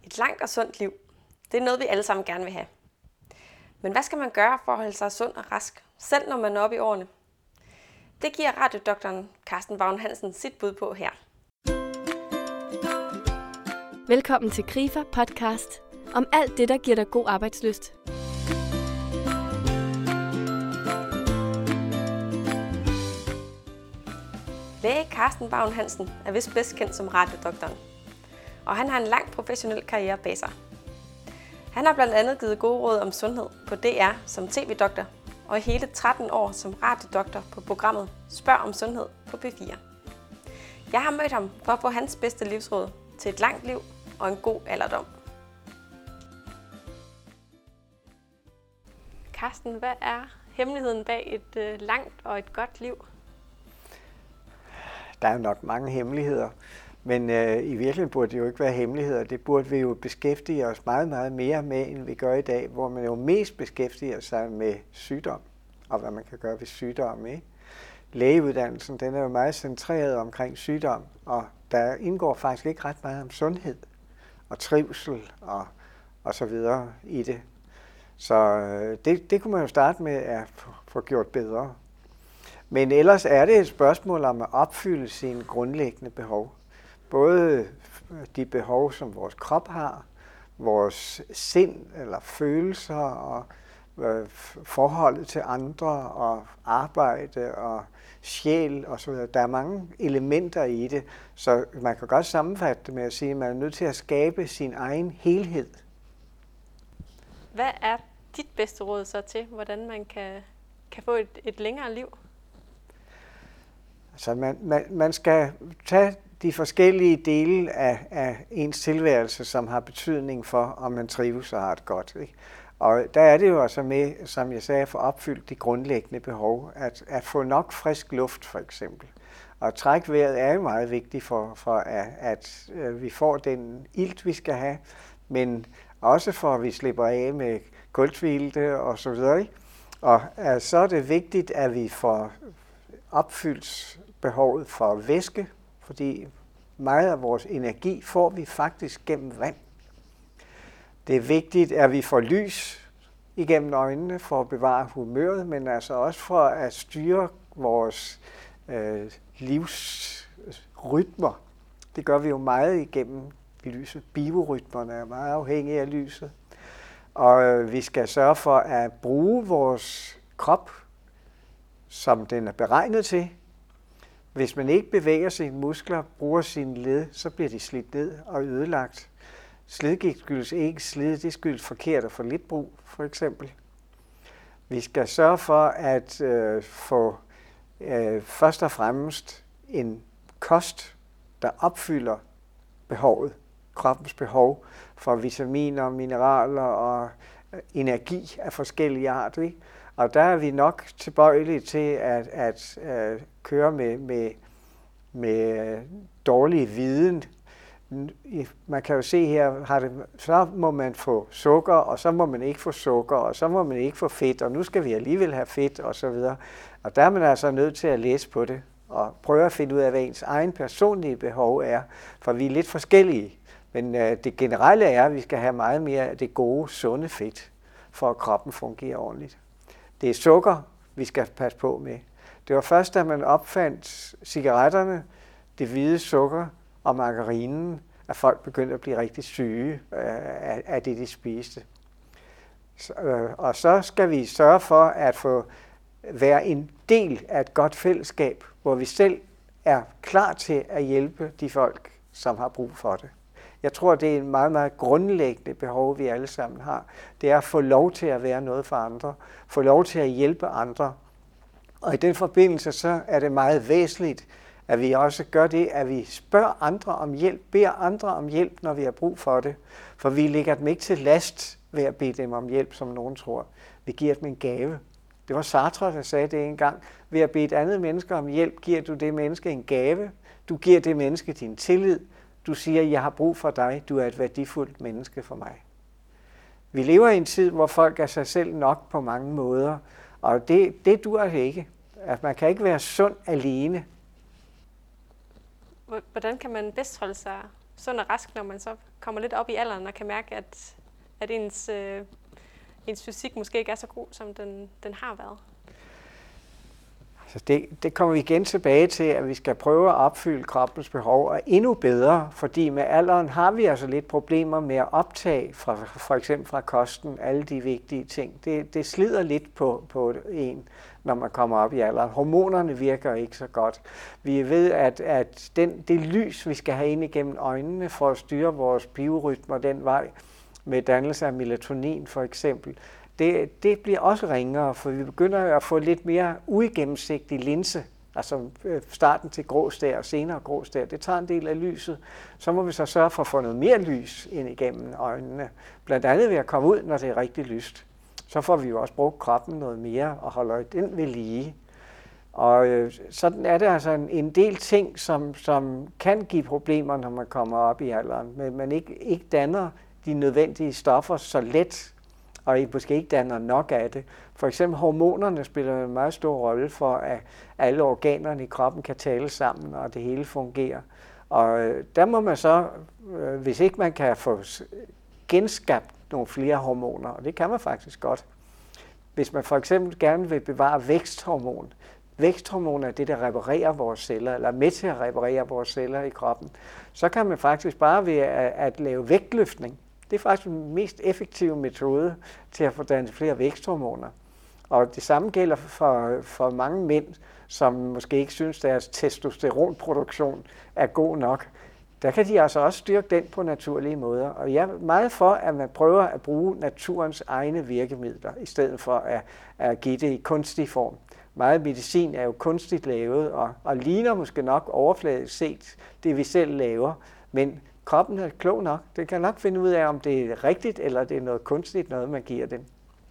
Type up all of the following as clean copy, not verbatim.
Et langt og sundt liv, det er noget, vi alle sammen gerne vil have. Men hvad skal man gøre for at holde sig sund og rask, selv når man er oppe i årene? Det giver radiodoktoren Carsten Bavn-Hansen sit bud på her. Velkommen til Grifer podcast om alt det, der giver dig god arbejdslyst. Læge Carsten Bavn-Hansen er vist bedst kendt som radiodoktoren, og han har en lang professionel karriere bag sig. Han har blandt andet givet gode råd om sundhed på DR som tv-doktor, og i hele 13 år som radiodoktor på programmet Spørg om sundhed på P4. Jeg har mødt ham for at få hans bedste livsråd til et langt liv og en god alderdom. Carsten, hvad er hemmeligheden bag et langt og et godt liv? Der er jo nok mange hemmeligheder, men i virkeligheden burde det jo ikke være hemmeligheder. Det burde vi jo beskæftige os meget, meget mere med, end vi gør i dag, hvor man jo mest beskæftiger sig med sygdom, og hvad man kan gøre ved sygdom. Ikke? Lægeuddannelsen, den er jo meget centreret omkring sygdom, og der indgår faktisk ikke ret meget om sundhed og trivsel og så videre i det. Så det kunne man jo starte med at få gjort bedre. Men ellers er det et spørgsmål om at opfylde sine grundlæggende behov. Både de behov, som vores krop har, vores sind eller følelser og forholdet til andre og arbejde og sjæl og så videre. Der er mange elementer i det, så man kan godt sammenfatte det med at sige, at man er nødt til at skabe sin egen helhed. Hvad er dit bedste råd så til, hvordan man kan få et længere liv? Altså man skal tage de forskellige dele af ens tilværelse, som har betydning for, om man trives og har det godt. Ikke? Og der er det jo altså med, som jeg sagde, at få opfyldt de grundlæggende behov. At få nok frisk luft, for eksempel. Og trækvejret er jo meget vigtigt for at vi får den ilt, vi skal have, men også for, at vi slipper af med kultvilte og så videre. Ikke? Og så er det vigtigt, at vi får opfyldt behovet for væske, fordi meget af vores energi får vi faktisk gennem vand. Det er vigtigt, at vi får lys igennem øjnene for at bevare humøret, men altså også for at styre vores livsrytmer. Det gør vi jo meget igennem lyset. Biorytmerne er meget afhængige af lyset. Og vi skal sørge for at bruge vores krop, som den er beregnet til. Hvis man ikke bevæger sine muskler, bruger sine led, så bliver de slidt ned og ødelagt. Slidgigt skyldes ikke slid, det skyldes forkert og for lidt brug, for eksempel. Vi skal sørge for at få først og fremmest en kost, der opfylder behovet, kroppens behov for vitaminer, mineraler og energi af forskellige arter. Ikke? Og der er vi nok tilbøjelige til at køre med dårlig viden. Man kan jo se her, så må man få sukker, og så må man ikke få sukker, og så må man ikke få fedt, og nu skal vi alligevel have fedt, og så videre. Og der er man altså nødt til at læse på det, og prøve at finde ud af, hvad ens egen personlige behov er, for vi er lidt forskellige. Men det generelle er, at vi skal have meget mere af det gode, sunde fedt, for at kroppen fungerer ordentligt. Det er sukker, vi skal passe på med. Det var først, da man opfandt cigaretterne, det hvide sukker og margarinen, at folk begyndte at blive rigtig syge af det, de spiste. Og så skal vi sørge for at få være en del af et godt fællesskab, hvor vi selv er klar til at hjælpe de folk, som har brug for det. Jeg tror, det er en meget, meget grundlæggende behov, vi alle sammen har. Det er at få lov til at være noget for andre, få lov til at hjælpe andre. Og i den forbindelse så er det meget væsentligt, at vi også gør det, at vi spørger andre om hjælp, beder andre om hjælp, når vi har brug for det. For vi lægger dem ikke til last ved at bede dem om hjælp, som nogen tror. Vi giver dem en gave. Det var Sartre, der sagde det engang. Ved at bede et andet menneske om hjælp, giver du det menneske en gave. Du giver det menneske din tillid. Du siger, jeg har brug for dig. Du er et værdifuldt menneske for mig. Vi lever i en tid, hvor folk er sig selv nok på mange måder. Og det duer ikke. At man kan ikke være sund alene. Hvordan kan man bedst holde sig sund og rask, når man så kommer lidt op i alderen og kan mærke, at ens fysik måske ikke er så god, som den har været? Så det kommer vi igen tilbage til, at vi skal prøve at opfylde kroppens behov, og endnu bedre, fordi med alderen har vi altså lidt problemer med at optage, for eksempel fra kosten, alle de vigtige ting. Det slider lidt på en, når man kommer op i alderen. Hormonerne virker ikke så godt. Vi ved, at det lys, vi skal have ind igennem øjnene for at styre vores biorytmer den vej, med dannelse af melatonin for eksempel, det bliver også ringere, for vi begynder at få lidt mere uigennemsigtig linse, altså starten til grå stær og senere grå stær. Det tager en del af lyset. Så må vi så sørge for at få noget mere lys ind igennem øjnene, blandt andet ved at komme ud, når det er rigtig lyst. Så får vi jo også brugt kroppen noget mere og holder den ved lige. Og sådan er det altså en del ting, som kan give problemer, når man kommer op i alderen, men man ikke danner de nødvendige stoffer så let, og I måske ikke danner nok af det. For eksempel hormonerne spiller en meget stor rolle for, at alle organerne i kroppen kan tale sammen, og det hele fungerer. Og der må man så, hvis ikke man kan få genskabt nogle flere hormoner, og det kan man faktisk godt. Hvis man for eksempel gerne vil bevare væksthormon. Væksthormon er det, der reparerer vores celler, eller er med til at reparere vores celler i kroppen. Så kan man faktisk bare ved at lave vægtløftning. Det er faktisk den mest effektive metode til at få dannet flere væksthormoner. Og det samme gælder for mange mænd, som måske ikke synes, at deres testosteronproduktion er god nok. Der kan de altså også styrke den på naturlige måder. Og jeg er meget for, at man prøver at bruge naturens egne virkemidler, i stedet for at give det i kunstig form. Meget medicin er jo kunstigt lavet, og ligner måske nok overfladisk set det, vi selv laver. Men kroppen er klog nok. Den kan nok finde ud af, om det er rigtigt, eller det er noget kunstigt, noget man giver den.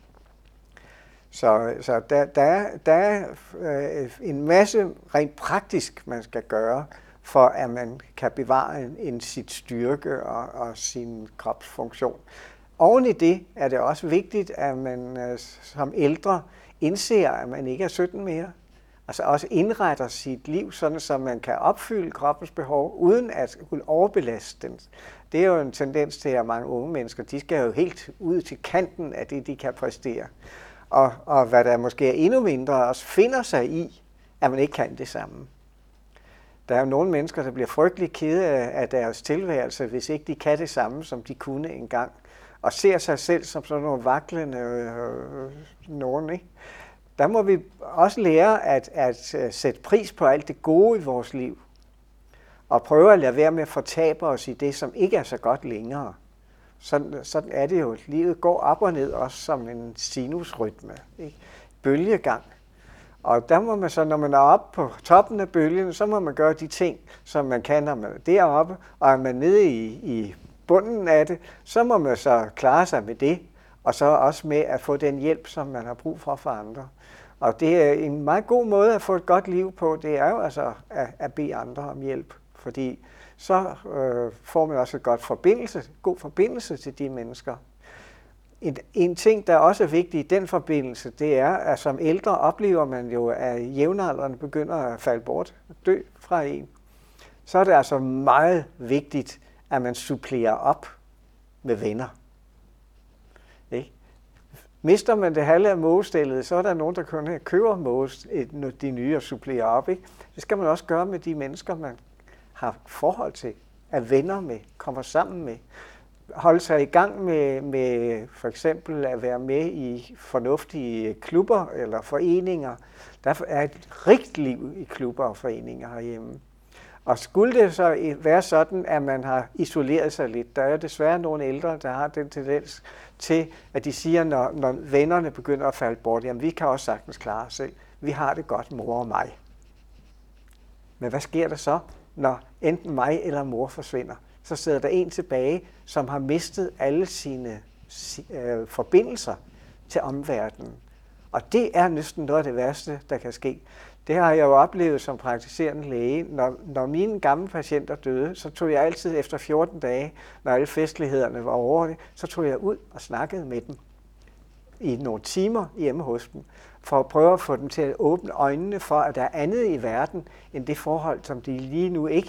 Så der er en masse rent praktisk, man skal gøre, for at man kan bevare sit styrke og sin kropsfunktion. Oven i det er det også vigtigt, at man som ældre indser, at man ikke er 17 mere. Altså også indretter sit liv, sådan så man kan opfylde kroppens behov, uden at kunne overbelaste den. Det er jo en tendens til, at mange unge mennesker, de skal jo helt ud til kanten af det, de kan præstere. Og hvad der måske er endnu mindre, også finder sig i, at man ikke kan det samme. Der er jo nogle mennesker, der bliver frygtelig kede af deres tilværelse, hvis ikke de kan det samme, som de kunne engang. Og ser sig selv som sådan nogle vaklende nogen, ikke? Der må vi også lære at sætte pris på alt det gode i vores liv. Og prøve at lade være med at fortabe os i det, som ikke er så godt længere. Sådan er det jo. Livet går op og ned også som en sinusrytme, ikke? Bølgegang. Og der må man så, når man er oppe på toppen af bølgen, så må man gøre de ting, som man kan, når man er deroppe. Og er man nede i bunden af det, så må man så klare sig med det. Og så også med at få den hjælp, som man har brug for andre. Og det er en meget god måde at få et godt liv på, det er jo altså at bede andre om hjælp. Fordi så får man også et god forbindelse til de mennesker. En ting, der også er vigtig i den forbindelse, det er, at som ældre oplever man jo, at jævnaldrende begynder at falde bort, dø fra en. Så er det altså meget vigtigt, at man supplerer op med venner. Ikke? Mister man det halve af mågestillet, så er der nogen, der kun køber de nye og supplerer op. Ikke? Det skal man også gøre med de mennesker, man har forhold til, er venner med, kommer sammen med. Holde sig i gang med for eksempel at være med i fornuftige klubber eller foreninger. Der er et rigt liv i klubber og foreninger herhjemme. Og skulle det så være sådan, at man har isoleret sig lidt, der er desværre nogle ældre, der har den tendens til, at de siger, når vennerne begynder at falde bort, jamen vi kan også sagtens klare os selv. Vi har det godt, mor og mig. Men hvad sker der så, når enten mig eller mor forsvinder? Så sidder der en tilbage, som har mistet alle sine forbindelser til omverdenen. Og det er næsten noget af det værste, der kan ske. Det har jeg jo oplevet som praktiserende læge. Når mine gamle patienter døde, så tog jeg altid efter 14 dage, når alle festlighederne var over, så tog jeg ud og snakkede med dem i nogle timer hjemme hos dem, for at prøve at få dem til at åbne øjnene for, at der er andet i verden, end det forhold, som de lige nu ikke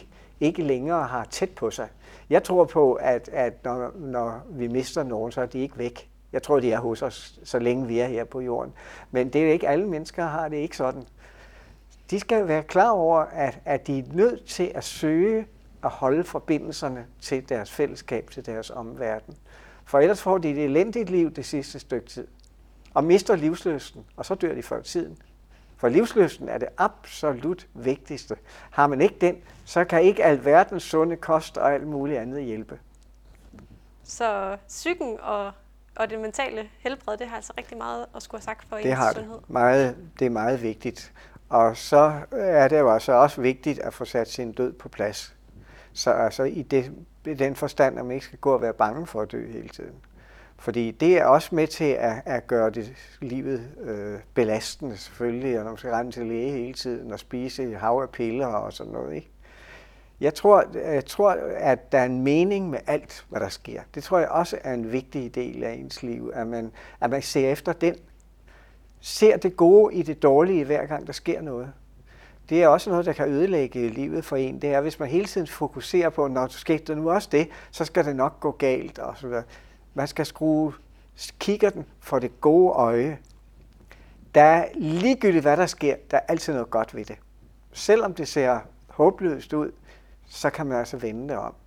ikke længere har tæt på sig. Jeg tror på, at når vi mister nogen, så er de ikke væk. Jeg tror, de er hos os, så længe vi er her på jorden. Men det er ikke alle mennesker, har det ikke sådan. De skal være klar over, at de er nødt til at søge at holde forbindelserne til deres fællesskab, til deres omverden. For ellers får de et elendigt liv det sidste stykke tid. Og mister livslysten, og så dør de før tiden. For livslysten er det absolut vigtigste. Har man ikke den, så kan ikke alverdens sunde kost og alt muligt andet hjælpe. Så psyken og det mentale helbred, det har altså rigtig meget at skulle have sagt for ens sundhed. Det er meget vigtigt. Og så er det jo altså også vigtigt at få sat sin død på plads. Så altså i den forstand, at man ikke skal gå og være bange for at dø hele tiden. Fordi det er også med til at gøre livet belastende selvfølgelig, og når man skal rende til læge hele tiden og spise et hav af piller og sådan noget. Ikke? Jeg tror, at der er en mening med alt, hvad der sker. Det tror jeg også er en vigtig del af ens liv, at man ser efter den. Ser det gode i det dårlige, hver gang der sker noget. Det er også noget, der kan ødelægge livet for en. Det er, hvis man hele tiden fokuserer på, når du skete nu også det, så skal det nok gå galt. Og så videre. Man skal skrue kikkerten for det gode øje. Der er ligegyldigt, hvad der sker, der er altid noget godt ved det. Selvom det ser håbløst ud, så kan man altså vende det om.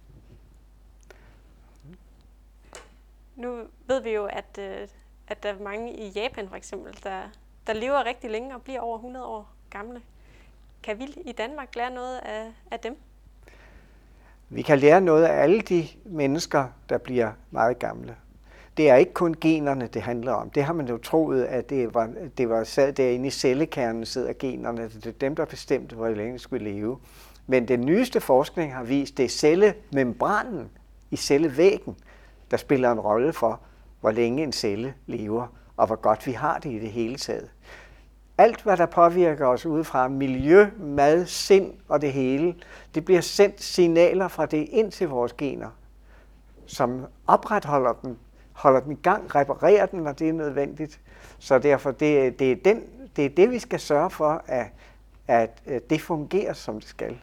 Nu ved vi jo, at der er mange i Japan for eksempel, der lever rigtig længe og bliver over 100 år gamle. Kan vi i Danmark lære noget af dem? Vi kan lære noget af alle de mennesker, der bliver meget gamle. Det er ikke kun generne, det handler om. Det har man jo troet, at det var sad derinde i cellekernen, sidder generne. Det er dem, der bestemte, hvor længe de skulle leve. Men den nyeste forskning har vist, det er cellemembranen i cellevæggen, der spiller en rolle for, hvor længe en celle lever, og hvor godt vi har det i det hele taget. Alt, hvad der påvirker os udefra, miljø, mad, sind og det hele, det bliver sendt signaler fra det ind til vores gener, som opretholder den, holder den i gang, reparerer den, når det er nødvendigt. Så derfor, det er det, vi skal sørge for, at det fungerer, som det skal.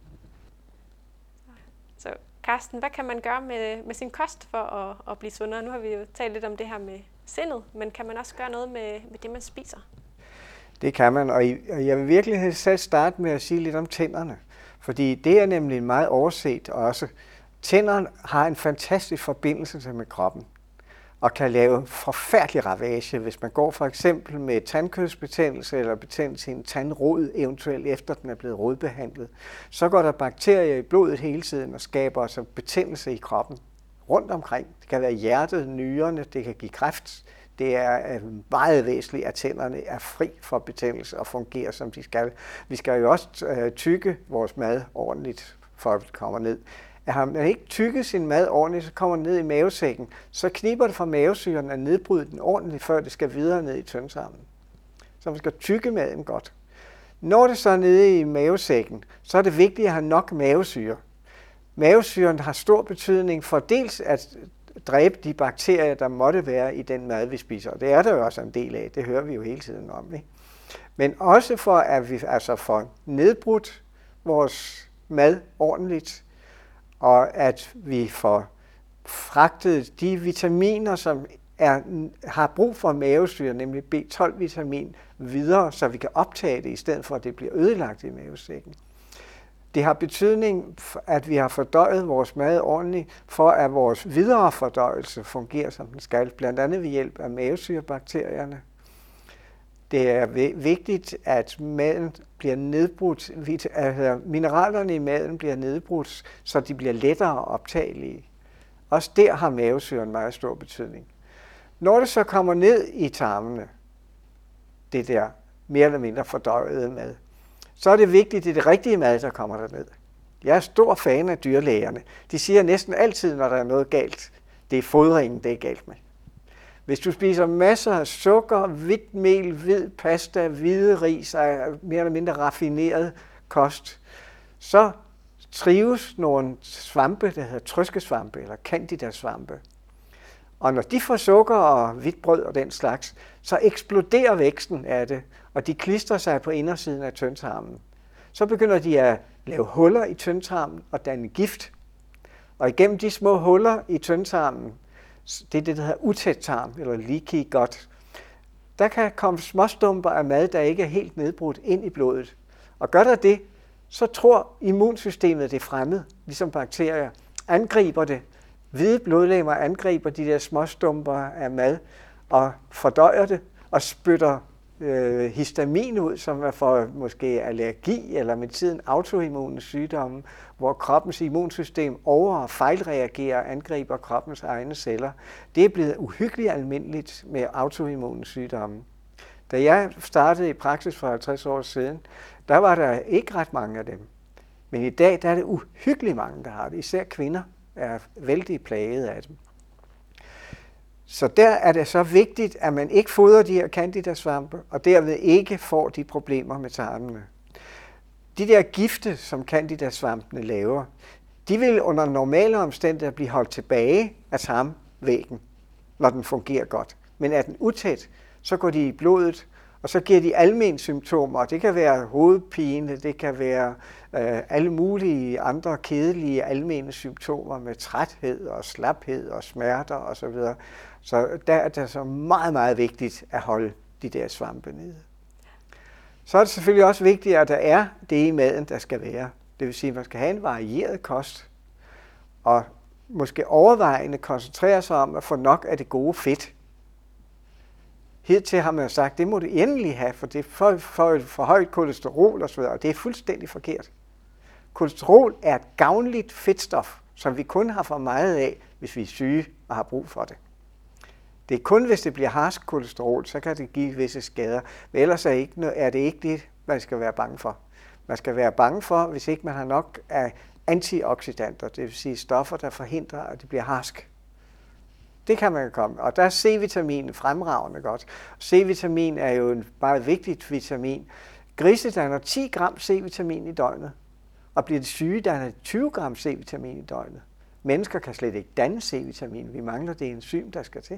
Så Carsten, hvad kan man gøre med sin kost for at blive sundere? Nu har vi jo talt lidt om det her med sindet, men kan man også gøre noget med det, man spiser? Det kan man, og jeg vil virkelig selv starte med at sige lidt om tænderne. Fordi det er nemlig meget overset også. Tænderne har en fantastisk forbindelse med kroppen, og kan lave forfærdelig ravage, hvis man går for eksempel med tandkødsbetændelse eller betændelse i en tandrod, eventuelt efter den er blevet rodbehandlet. Så går der bakterier i blodet hele tiden og skaber altså betændelse i kroppen rundt omkring. Det kan være hjertet, nyrerne, det kan give kræft. Det er meget væsentligt, at tænderne er fri for betændelse og fungerer, som de skal. Vi skal jo også tygge vores mad ordentligt, for at det kommer ned. Har man ikke tygget sin mad ordentligt, så kommer den ned i mavesækken, så kniber det for mavesyren at nedbryde den ordentligt, før det skal videre ned i tyndtarmen. Så man skal tygge maden godt. Når det så er nede i mavesækken, så er det vigtigt at have nok mavesyre. Mavesyren har stor betydning for dels at dræbe de bakterier, der måtte være i den mad, vi spiser. Det er der jo også en del af, det hører vi jo hele tiden om. Ikke? Men også for, at vi altså får nedbrudt vores mad ordentligt, og at vi får fragtet de vitaminer, som har brug for mavesyre, nemlig B12-vitamin, videre, så vi kan optage det, i stedet for at det bliver ødelagt i mavesækken. Det har betydning, at vi har fordøjet vores mad ordentligt, for at vores videre fordøjelse fungerer, som den skal, blandt andet ved hjælp af mavesyrebakterierne. Det er vigtigt, at maden bliver nedbrudt, mineralerne i maden bliver nedbrudt, så de bliver lettere optagelige. Også der har mavesyren meget stor betydning. Når det så kommer ned i tarmene, det der mere eller mindre fordøjede mad, så er det vigtigt, at det er det rigtige mad, der kommer derned. Jeg er stor fan af dyrlægerne. De siger næsten altid, når der er noget galt, det er fodringen, det er galt med. Hvis du spiser masser af sukker, hvidt mel, hvid pasta, hvide ris og mere eller mindre raffineret kost, så trives nogle svampe, der hedder trøskesvampe eller candidasvampe. Og når de får sukker og hvidt brød og den slags, så eksploderer væksten af det, og de klistrer sig på indersiden af tyndtarmen. så begynder de at lave huller i tyndtarmen og danne gift. Og igennem de små huller i tyndtarmen, det er det, der hedder utæt tarm, eller leaky gut, der kan komme småstumper af mad, der ikke er helt nedbrudt ind i blodet. Og gør der det, så tror immunsystemet, det er fremmed, ligesom bakterier, angriber det. Hvide blodlegemer angriber de der småstumper af mad og fordøjer det og spytter histamin ud, som er for måske allergi eller med tiden autoimmune sygdomme, hvor kroppens immunsystem over- og fejlreagerer og angriber kroppens egne celler. Det er blevet uhyggeligt almindeligt med autoimmune sygdomme. Da jeg startede i praksis for 50 år siden, der var der ikke ret mange af dem. Men i dag der er det uhyggeligt mange, der har det. Især kvinder er vældig plaget af dem. Så der er det så vigtigt, at man ikke fodrer de her candidasvampe, og derved ikke får de problemer med tarmene. De der gifte, som candidasvampene laver, de vil under normale omstændigheder blive holdt tilbage af tarmvæggen, når den fungerer godt. Men er den utæt, så går de i blodet, og så giver de almen symptomer. Det kan være hovedpine, det kan være alle mulige andre kedelige almene symptomer med træthed og slaphed og smerter osv. Så der er det så meget, meget vigtigt at holde de der svampe nede. Så er det selvfølgelig også vigtigt, at der er det i maden, der skal være. Det vil sige, at man skal have en varieret kost, og måske overvejende koncentrere sig om at få nok af det gode fedt. Hidtil har man sagt, at det må du endelig have, for det er for højt kolesterol osv., og det er fuldstændig forkert. Kolesterol er et gavnligt fedtstof, som vi kun har for meget af, hvis vi er syge og har brug for det. Det er kun, hvis det bliver harsk kolesterol, så kan det give visse skader. Men ellers er det ikke det, man skal være bange for. Man skal være bange for, hvis ikke man har nok af antioxidanter, det vil sige stoffer, der forhindrer, at det bliver harsk. Det kan man komme. Og der er C-vitamin fremragende godt. C-vitamin er jo et meget vigtigt vitamin. Grise danner 10 gram C-vitamin i døgnet, og bliver det syge, danner 20 gram C-vitamin i døgnet. Mennesker kan slet ikke danne C-vitamin. Vi mangler det enzym, der skal til.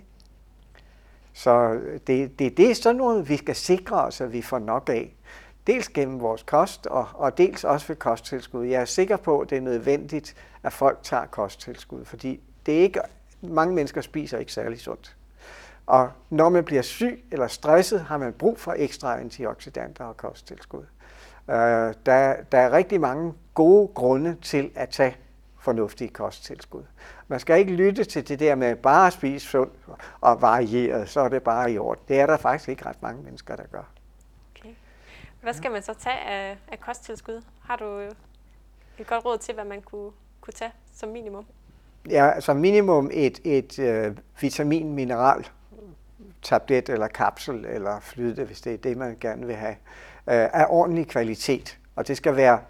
Så det er sådan noget, vi skal sikre os, at vi får nok af. Dels gennem vores kost, og dels også ved kosttilskud. Jeg er sikker på, at det er nødvendigt, at folk tager kosttilskud, fordi det er ikke, mange mennesker spiser ikke særlig sundt. Og når man bliver syg eller stresset, har man brug for ekstra antioxidanter og kosttilskud. Der er rigtig mange gode grunde til at tage fornuftige kosttilskud. Man skal ikke lytte til det der med bare at spise sundt og varieret, så er det bare i orden. Det er der faktisk ikke ret mange mennesker, der gør. Okay. Hvad skal man så tage af kosttilskud? Har du et godt råd til, hvad man kunne tage som minimum? Ja, som minimum et vitamin-mineral tablet eller kapsel eller flyde, hvis det er det, man gerne vil have, af ordentlig kvalitet. Og det skal være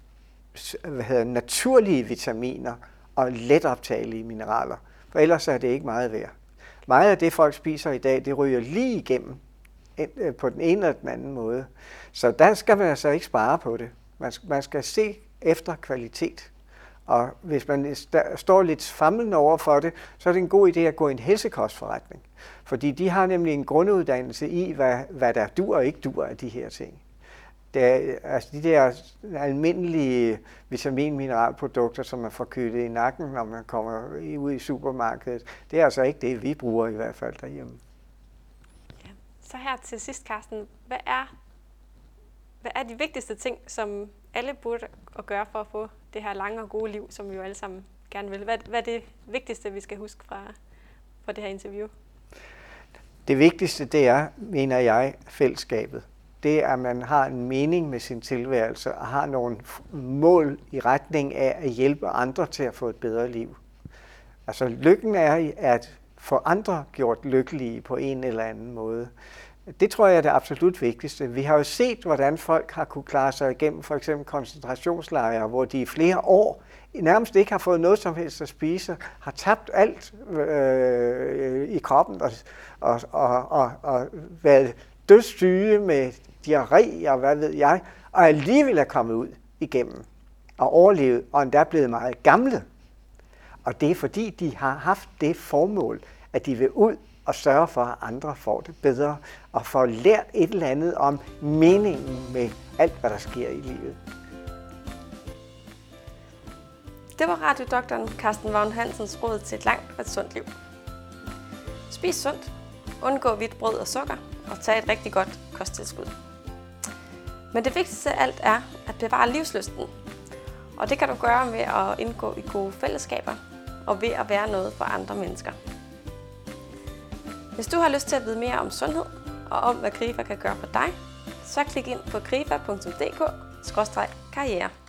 naturlige vitaminer og letoptagelige mineraler, for ellers er det ikke meget værd. Meget af det, folk spiser i dag, det ryger lige igennem på den ene eller den anden måde. Så der skal man altså ikke spare på det. Man skal se efter kvalitet. Og hvis man står lidt famlende over for det, så er det en god idé at gå i en helsekostforretning. Fordi de har nemlig en grunduddannelse i, hvad der dur og ikke dur af de her ting. Altså de der almindelige vitamin-mineralprodukter, som man får kølet i nakken, når man kommer ud i supermarkedet, det er altså ikke det, vi bruger i hvert fald derhjemme. Ja. Så her til sidst, Carsten, hvad er de vigtigste ting, som alle burde at gøre for at få det her lange og gode liv, som vi jo alle sammen gerne vil? Hvad er det vigtigste, vi skal huske fra det her interview? Det vigtigste, det er, mener jeg, fællesskabet. Det er, at man har en mening med sin tilværelse og har nogle mål i retning af at hjælpe andre til at få et bedre liv. Altså lykken er at få andre gjort lykkelige på en eller anden måde. Det tror jeg er det absolut vigtigste. Vi har jo set, hvordan folk har kunne klare sig igennem for eksempel koncentrationslejre, hvor de i flere år nærmest ikke har fået noget som helst at spise, har tabt alt i kroppen og været dødssyge med diarré og hvad ved jeg, og alligevel er kommet ud igennem og overlevet, og endda blevet meget gamle. Og det er fordi, de har haft det formål, at de vil ud og sørge for, at andre får det bedre, og får lært et eller andet om meningen med alt, hvad der sker i livet. Det var radiodoktoren Carsten Vagn Hansens råd til et langt og et sundt liv. Spis sundt, undgå hvidt brød og sukker og tag et rigtig godt kosttilskud. Men det vigtigste af alt er at bevare livslysten. Og det kan du gøre med at indgå i gode fællesskaber og ved at være noget for andre mennesker. Hvis du har lyst til at vide mere om sundhed og om, hvad Krifa kan gøre for dig, så klik ind på krifa.dk/karriere.